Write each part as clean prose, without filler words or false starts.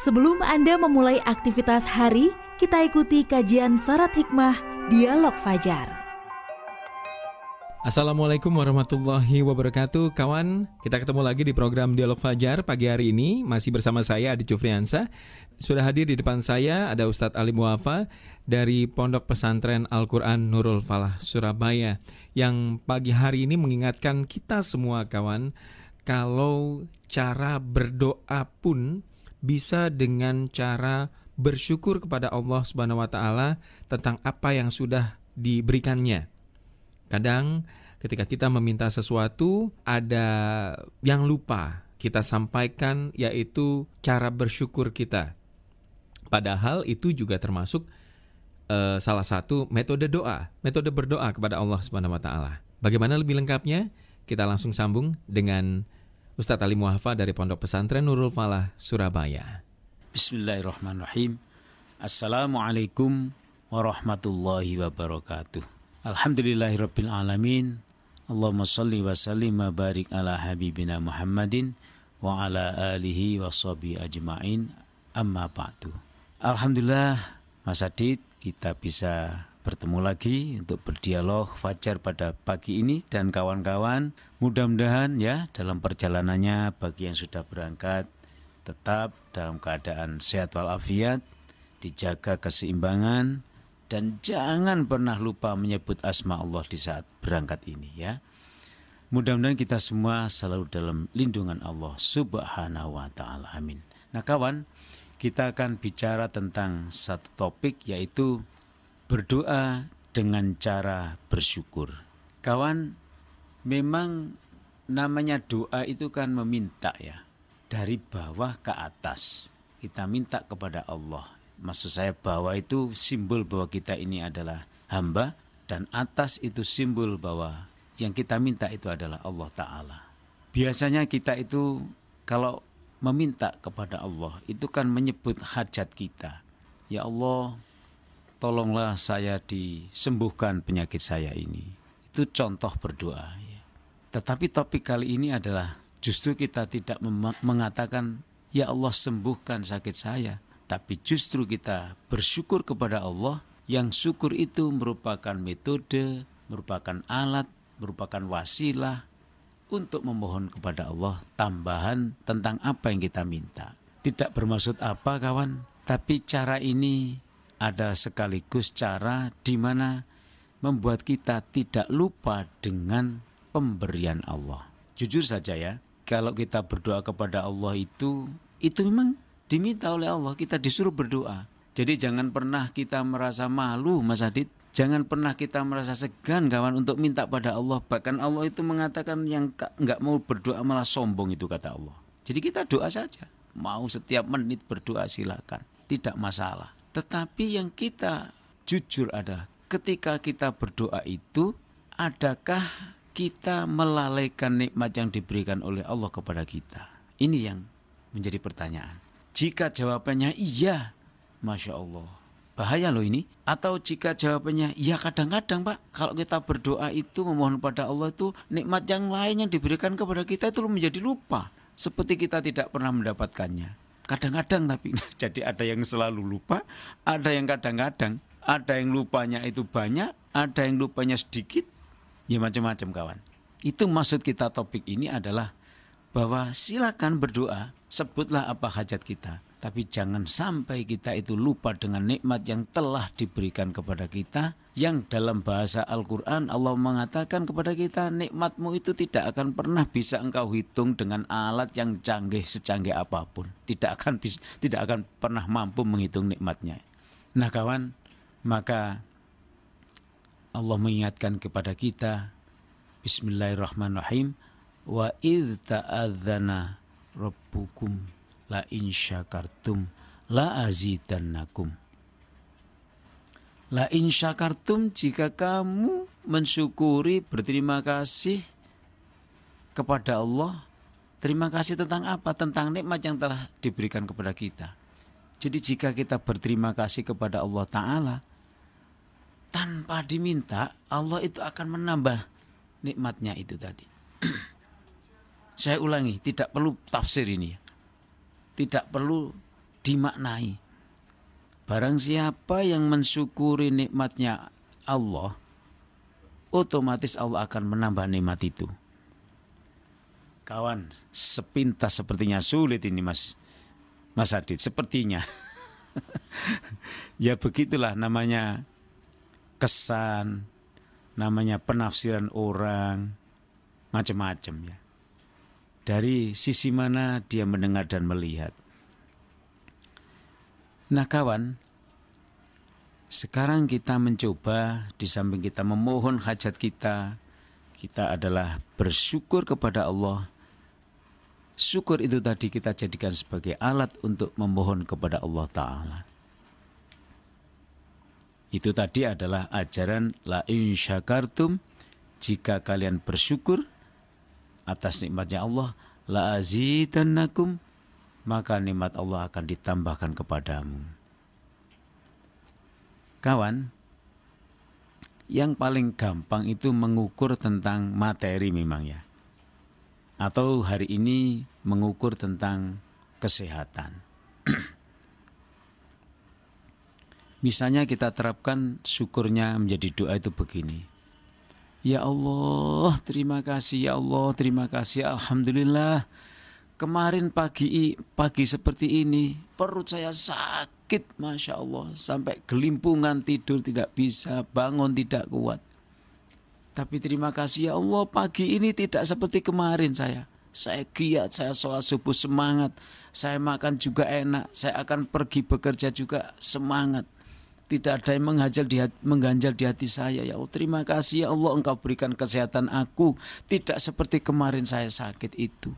Sebelum Anda memulai aktivitas hari, kita ikuti kajian Syarat Hikmah Dialog Fajar. Assalamualaikum warahmatullahi wabarakatuh. Kawan, kita ketemu lagi di program Dialog Fajar pagi hari ini. Masih bersama saya Adi Jufriansa. Sudah hadir di depan saya ada Ustadz Ali Muafa dari Pondok Pesantren Al-Quran Nurul Falah Surabaya, yang pagi hari ini mengingatkan kita semua kawan, kalau cara berdoa pun bisa dengan cara bersyukur kepada Allah Subhanahu wa taala tentang apa yang sudah diberikannya. Kadang ketika kita meminta sesuatu, ada yang lupa kita sampaikan, yaitu cara bersyukur kita. Padahal itu juga termasuk salah satu metode doa, metode berdoa kepada Allah Subhanahu wa taala. Bagaimana lebih lengkapnya? Kita langsung sambung dengan Ustadz Ali Muafa dari Pondok Pesantren Nurul Falah Surabaya. Bismillahirrahmanirrahim. Assalamualaikum warahmatullahi wabarakatuh. Alhamdulillahirabbil alamin. Allahumma shalli wa sallim wa barik ala habibina Muhammadin wa ala alihi wa sahbihi ajmain. Amma ba'du. Alhamdulillah Mas Adit, kita bisa bertemu lagi untuk berdialog fajar pada pagi ini, dan kawan-kawan mudah-mudahan ya dalam perjalanannya bagi yang sudah berangkat tetap dalam keadaan sehat walafiat, dijaga keseimbangan, dan jangan pernah lupa menyebut asma Allah di saat berangkat ini ya. Mudah-mudahan kita semua selalu dalam lindungan Allah Subhanahu wa taala. Amin. Nah kawan, kita akan bicara tentang satu topik, yaitu berdoa dengan cara bersyukur. Kawan, memang namanya doa itu kan meminta ya, dari bawah ke atas. Kita minta kepada Allah. Maksud saya bawah itu simbol bahwa kita ini adalah hamba, dan atas itu simbol bahwa yang kita minta itu adalah Allah Ta'ala. Biasanya kita itu kalau meminta kepada Allah itu kan menyebut hajat kita. Ya Allah, tolonglah saya disembuhkan penyakit saya ini. Itu contoh berdoa ya. Tetapi topik kali ini adalah justru kita tidak mengatakan ya Allah sembuhkan sakit saya, tapi justru kita bersyukur kepada Allah, yang syukur itu merupakan metode, merupakan alat, merupakan wasilah untuk memohon kepada Allah tambahan tentang apa yang kita minta. Tidak bermaksud apa kawan, tapi cara ini ada sekaligus cara di mana membuat kita tidak lupa dengan pemberian Allah. Jujur saja ya, kalau kita berdoa kepada Allah itu memang diminta oleh Allah, kita disuruh berdoa. Jadi jangan pernah kita merasa malu Mas Adit, jangan pernah kita merasa segan kawan untuk minta pada Allah. Bahkan Allah itu mengatakan yang enggak mau berdoa malah sombong, itu kata Allah. Jadi kita doa saja, mau setiap menit berdoa silakan, tidak masalah. Tetapi yang kita jujur adalah ketika kita berdoa itu, adakah kita melalaikan nikmat yang diberikan oleh Allah kepada kita? Ini yang menjadi pertanyaan. Jika jawabannya iya, Masya Allah, bahaya loh ini. Atau jika jawabannya ya kadang-kadang Pak, kalau kita berdoa itu memohon pada Allah itu, nikmat yang lain yang diberikan kepada kita itu menjadi lupa, seperti kita tidak pernah mendapatkannya. Kadang-kadang tapi jadi ada yang selalu lupa, ada yang kadang-kadang, ada yang lupanya itu banyak, ada yang lupanya sedikit, ya macam-macam kawan. Itu maksud kita topik ini adalah bahwa silakan berdoa, sebutlah apa hajat kita, tapi jangan sampai kita itu lupa dengan nikmat yang telah diberikan kepada kita, yang dalam bahasa Al-Quran Allah mengatakan kepada kita, nikmatmu itu tidak akan pernah bisa engkau hitung dengan alat yang canggih secanggih apapun. Tidak akan pernah mampu menghitung nikmatnya. Nah kawan, maka Allah mengingatkan kepada kita, Bismillahirrahmanirrahim, wa idh ta'adzana rabbukum la in syakartum la azidannakum. La in syakartum, jika kamu mensyukuri, berterima kasih kepada Allah. Terima kasih tentang apa? Tentang nikmat yang telah diberikan kepada kita. Jadi jika kita berterima kasih kepada Allah Ta'ala tanpa diminta, Allah itu akan menambah nikmatnya itu tadi. Saya ulangi, tidak perlu tafsir ini ya. Tidak perlu dimaknai. Barang siapa yang mensyukuri nikmatnya Allah, otomatis Allah akan menambah nikmat itu. Kawan, sepintas sepertinya sulit ini Mas Adit, sepertinya. Ya begitulah namanya kesan, namanya penafsiran orang, macam-macam ya. Dari sisi mana dia mendengar dan melihat. Nah kawan, sekarang kita mencoba di samping kita memohon hajat kita adalah bersyukur kepada Allah. Syukur itu tadi kita jadikan sebagai alat untuk memohon kepada Allah Ta'ala. Itu tadi adalah ajaran la in syakartum, jika kalian bersyukur atas nikmatnya Allah, la azidannakum, maka nikmat Allah akan ditambahkan kepadamu. Kawan, yang paling gampang itu mengukur tentang materi memang ya. Atau hari ini mengukur tentang kesehatan. Misalnya kita terapkan syukurnya menjadi doa itu begini. Ya Allah, terima kasih ya Allah, terima kasih alhamdulillah. Kemarin pagi seperti ini perut saya sakit, Masya Allah, sampai gelimpungan tidur tidak bisa, bangun tidak kuat. Tapi terima kasih ya Allah, pagi ini tidak seperti kemarin saya. Saya giat, saya sholat subuh semangat, saya makan juga enak, saya akan pergi bekerja juga semangat. Tidak ada yang mengganjal di hati saya. Ya Allah, terima kasih ya Allah, Engkau berikan kesehatan aku, tidak seperti kemarin saya sakit itu.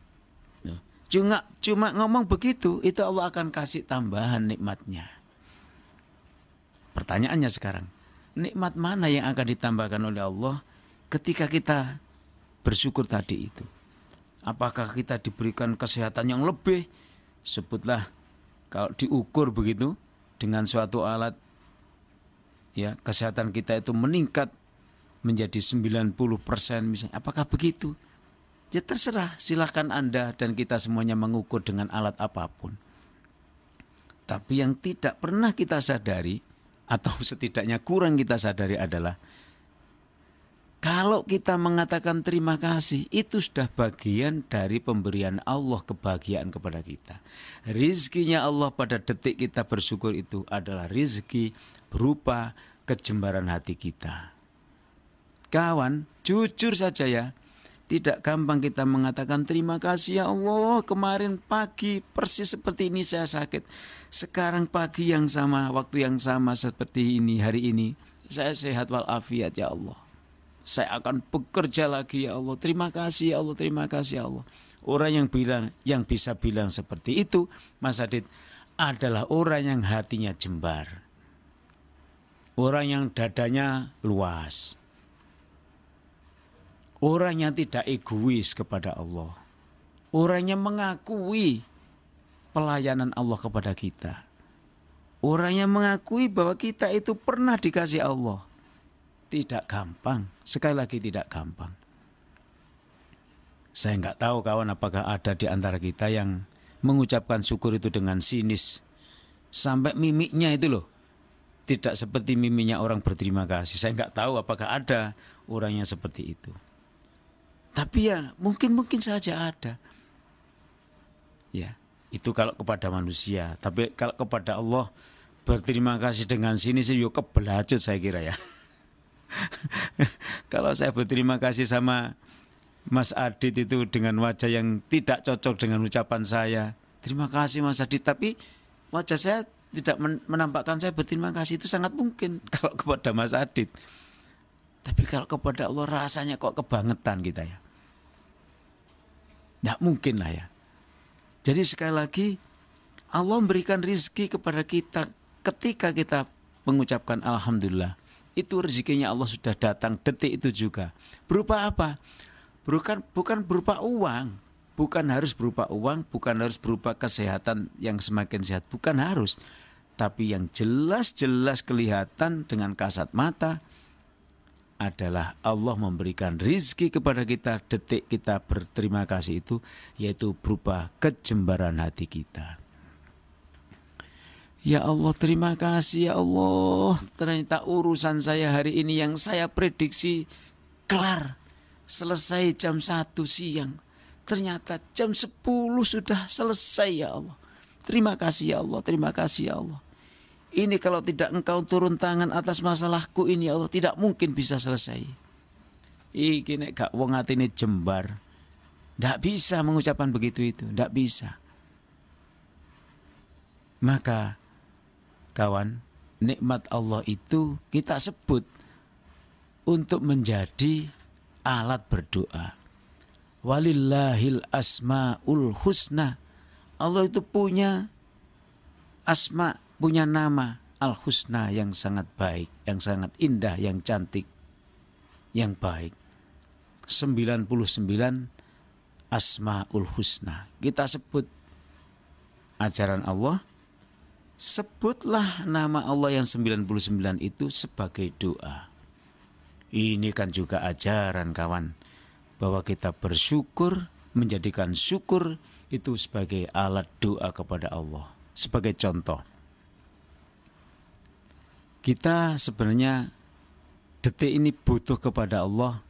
Cuma ngomong begitu, itu Allah akan kasih tambahan nikmatnya. Pertanyaannya sekarang, nikmat mana yang akan ditambahkan oleh Allah ketika kita bersyukur tadi itu? Apakah kita diberikan kesehatan yang lebih? Sebutlah kalau diukur begitu dengan suatu alat, ya kesehatan kita itu meningkat menjadi 90% misalnya. Apakah begitu? Ya terserah, silahkan Anda dan kita semuanya mengukur dengan alat apapun. Tapi yang tidak pernah kita sadari, atau setidaknya kurang kita sadari adalah, kalau kita mengatakan terima kasih, itu sudah bagian dari pemberian Allah kebahagiaan kepada kita. Rizkinya Allah pada detik kita bersyukur itu adalah rizki berupa kejembaran hati kita. Kawan, jujur saja ya, tidak gampang kita mengatakan terima kasih ya Allah, kemarin pagi persis seperti ini saya sakit. Sekarang pagi yang sama, waktu yang sama seperti ini, hari ini saya sehat walafiat ya Allah. Saya akan bekerja lagi ya Allah. Terima kasih ya Allah, terima kasih ya Allah. Orang yang bisa bilang seperti itu, Mas Adit, adalah orang yang hatinya jembar. Orang yang dadanya luas. Orang yang tidak egois kepada Allah. Orang yang mengakui pelayanan Allah kepada kita. Orang yang mengakui bahwa kita itu pernah dikasih Allah. Tidak gampang, sekali lagi tidak gampang. Saya nggak tahu kawan apakah ada di antara kita yang mengucapkan syukur itu dengan sinis. Sampai mimiknya itu loh, tidak seperti mimiknya orang berterima kasih. Saya nggak tahu apakah ada orang yang seperti itu. Tapi ya mungkin saja ada. Ya, itu kalau kepada manusia. Tapi kalau kepada Allah berterima kasih dengan sinis itu kebelajut saya kira ya. Kalau saya berterima kasih sama Mas Adit itu dengan wajah yang tidak cocok dengan ucapan saya, terima kasih Mas Adit, tapi wajah saya tidak menampakkan saya berterima kasih, itu sangat mungkin kalau kepada Mas Adit. Tapi kalau kepada Allah rasanya kok kebangetan kita ya. Tidak mungkin lah ya. Jadi sekali lagi Allah memberikan rizki kepada kita ketika kita mengucapkan Alhamdulillah. Itu rezekinya Allah sudah datang detik itu juga. Berupa apa? Bukan berupa uang. Bukan harus berupa uang, bukan harus berupa kesehatan yang semakin sehat. Bukan harus. Tapi yang jelas-jelas kelihatan dengan kasat mata adalah Allah memberikan rizki kepada kita detik kita berterima kasih itu, yaitu berupa kejembaran hati kita. Ya Allah, terima kasih ya Allah. Ternyata urusan saya hari ini yang saya prediksi kelar, selesai jam 1 siang. Ternyata jam 10 sudah selesai ya Allah. Terima kasih ya Allah, terima kasih ya Allah. Ini kalau tidak engkau turun tangan atas masalahku ini ya Allah, tidak mungkin bisa selesai. Iki nek gak wong atine jembar, ndak bisa mengucapkan begitu itu, ndak bisa. Maka kawan, nikmat Allah itu kita sebut untuk menjadi alat berdoa. Walillahil asmaul husna. Allah itu punya asma, punya nama al-husna yang sangat baik, yang sangat indah, yang cantik, yang baik. 99 asmaul husna. Kita sebut ajaran Allah, sebutlah nama Allah yang 99 itu sebagai doa. Ini kan juga ajaran kawan, bahwa kita bersyukur, menjadikan syukur itu sebagai alat doa kepada Allah. Sebagai contoh, kita sebenarnya detik ini butuh kepada Allah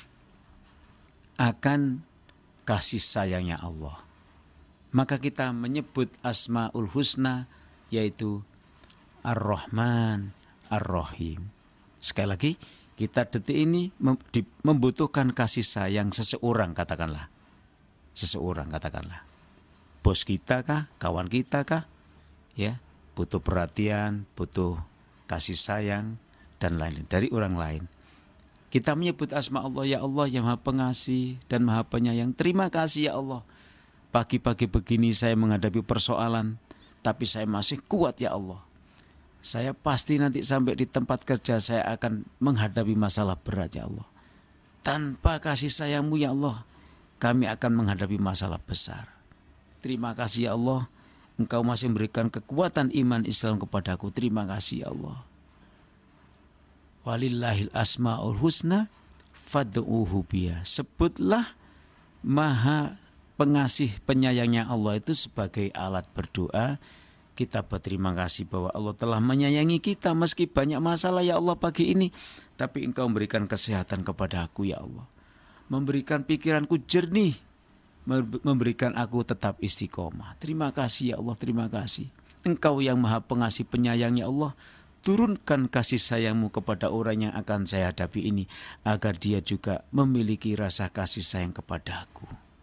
akan kasih sayangnya Allah. Maka kita menyebut asmaul husna, yaitu Ar-Rahman, Ar-Rahim. Sekali lagi, kita detik ini membutuhkan kasih sayang seseorang, katakanlah. Seseorang, katakanlah. Bos kita kah? Kawan kita kah? Ya, butuh perhatian, butuh kasih sayang, dan lain-lain dari orang lain. Kita menyebut asma Allah, ya Allah yang Maha Pengasih dan Maha Penyayang. Terima kasih ya Allah. Pagi-pagi begini saya menghadapi persoalan, tapi saya masih kuat ya Allah. Saya pasti nanti sampai di tempat kerja saya akan menghadapi masalah berat ya Allah. Tanpa kasih sayang-Mu ya Allah, kami akan menghadapi masalah besar. Terima kasih ya Allah, Engkau masih memberikan kekuatan iman Islam kepadaku. Terima kasih ya Allah. Walillahil asmaul husna fad'uhu biha. Sebutlah Maha Pengasih penyayangnya Allah itu sebagai alat berdoa. Kita berterima kasih bahwa Allah telah menyayangi kita meski banyak masalah ya Allah pagi ini. Tapi Engkau memberikan kesehatan kepada aku ya Allah. Memberikan pikiranku jernih. Memberikan aku tetap istiqomah. Terima kasih ya Allah, terima kasih. Engkau yang Maha Pengasih penyayang ya Allah. Turunkan kasih sayang-Mu kepada orang yang akan saya hadapi ini, agar dia juga memiliki rasa kasih sayang kepada aku.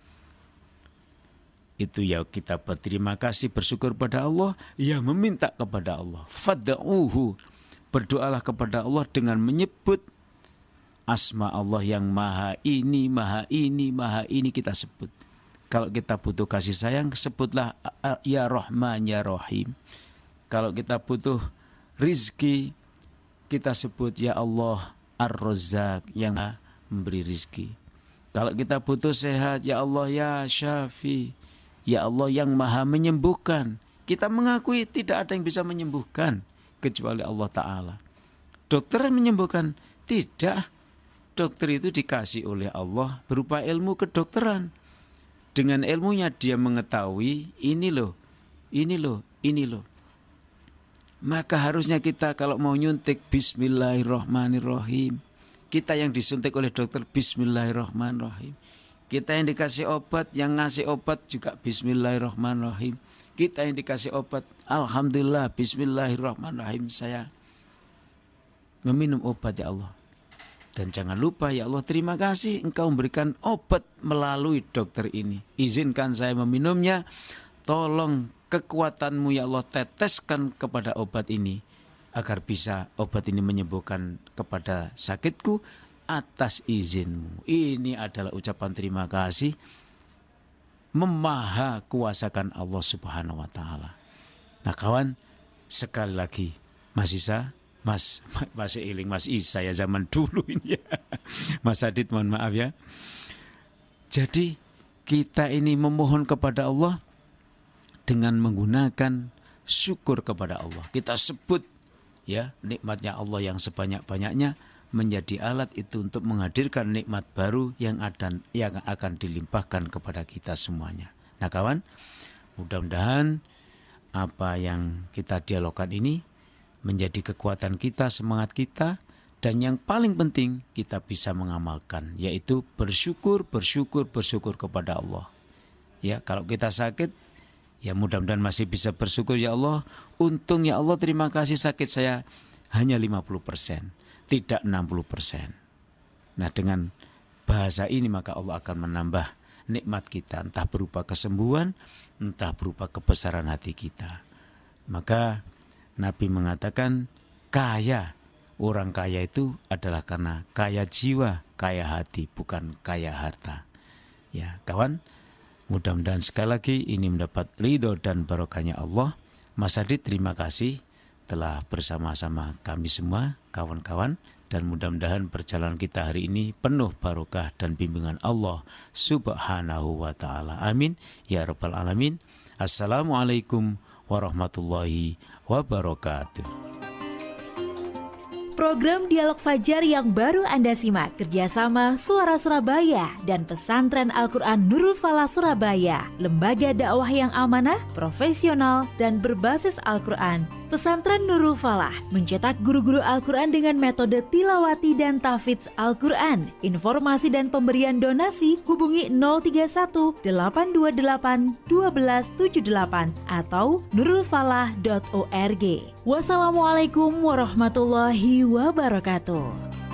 Itu ya, kita berterima kasih, bersyukur pada Allah, ya meminta kepada Allah. Fad'uhu, berdoalah kepada Allah dengan menyebut asma Allah yang maha ini, maha ini, maha ini kita sebut. Kalau kita butuh kasih sayang, sebutlah ya Rahman, ya Rahim. Kalau kita butuh rizki, kita sebut ya Allah Ar-Razzaq yang memberi rizki. Kalau kita butuh sehat, ya Allah ya Syafi, ya Allah yang maha menyembuhkan. Kita mengakui tidak ada yang bisa menyembuhkan kecuali Allah Ta'ala. Dokter menyembuhkan? Tidak. Dokter itu dikasih oleh Allah berupa ilmu kedokteran. Dengan ilmunya dia mengetahui ini loh, ini loh, ini loh. Maka harusnya kita kalau mau nyuntik Bismillahirrahmanirrahim. Kita yang disuntik oleh dokter Bismillahirrahmanirrahim. Kita yang dikasih obat, yang ngasih obat juga Bismillahirrahmanirrahim. Kita yang dikasih obat, Alhamdulillah, Bismillahirrahmanirrahim. Saya meminum obat ya Allah. Dan jangan lupa ya Allah, terima kasih Engkau memberikan obat melalui dokter ini. Izinkan saya meminumnya. Tolong kekuatan-Mu ya Allah teteskan kepada obat ini, agar bisa obat ini menyembuhkan kepada sakitku atas izin-Mu. Ini adalah ucapan terima kasih memaha kuasakan Allah Subhanahu wa Ta'ala. Nah kawan, sekali lagi Mas Isa, masih iling Mas Isa ya zaman dulu ini ya. Mas Adit mohon maaf ya. Jadi kita ini memohon kepada Allah dengan menggunakan syukur kepada Allah. Kita sebut ya nikmatnya Allah yang sebanyak-banyaknya menjadi alat itu untuk menghadirkan nikmat baru yang akan dilimpahkan kepada kita semuanya. Nah kawan, mudah-mudahan apa yang kita dialogkan ini menjadi kekuatan kita, semangat kita, dan yang paling penting kita bisa mengamalkan, yaitu bersyukur kepada Allah. Ya, kalau kita sakit, ya mudah-mudahan masih bisa bersyukur, ya Allah, untung ya Allah, terima kasih sakit saya hanya 50%, tidak 60%. Nah, dengan bahasa ini maka Allah akan menambah nikmat kita, entah berupa kesembuhan, entah berupa kebesaran hati kita. Maka Nabi mengatakan orang kaya itu adalah karena kaya jiwa, kaya hati, bukan kaya harta. Ya, kawan, mudah-mudahan sekali lagi ini mendapat ridho dan barokahnya Allah. Mas Adit, terima kasih telah bersama-sama kami semua, kawan-kawan, dan mudah-mudahan perjalanan kita hari ini penuh barokah dan bimbingan Allah Subhanahu wa ta'ala. Amin ya rabbal alamin. Assalamualaikum warahmatullahi wabarakatuh. Program Dialog Fajar yang baru Anda simak kerjasama Suara Surabaya dan Pesantren Al-Quran Nurul Falah Surabaya, lembaga dakwah yang amanah, profesional, dan berbasis Al-Quran. Pesantren Nurul Falah mencetak guru-guru Al-Quran dengan metode tilawati dan tahfidz Al-Quran. Informasi dan pemberian donasi hubungi 031 828 1278 atau nurulfalah.org. Wassalamualaikum warahmatullahi wabarakatuh.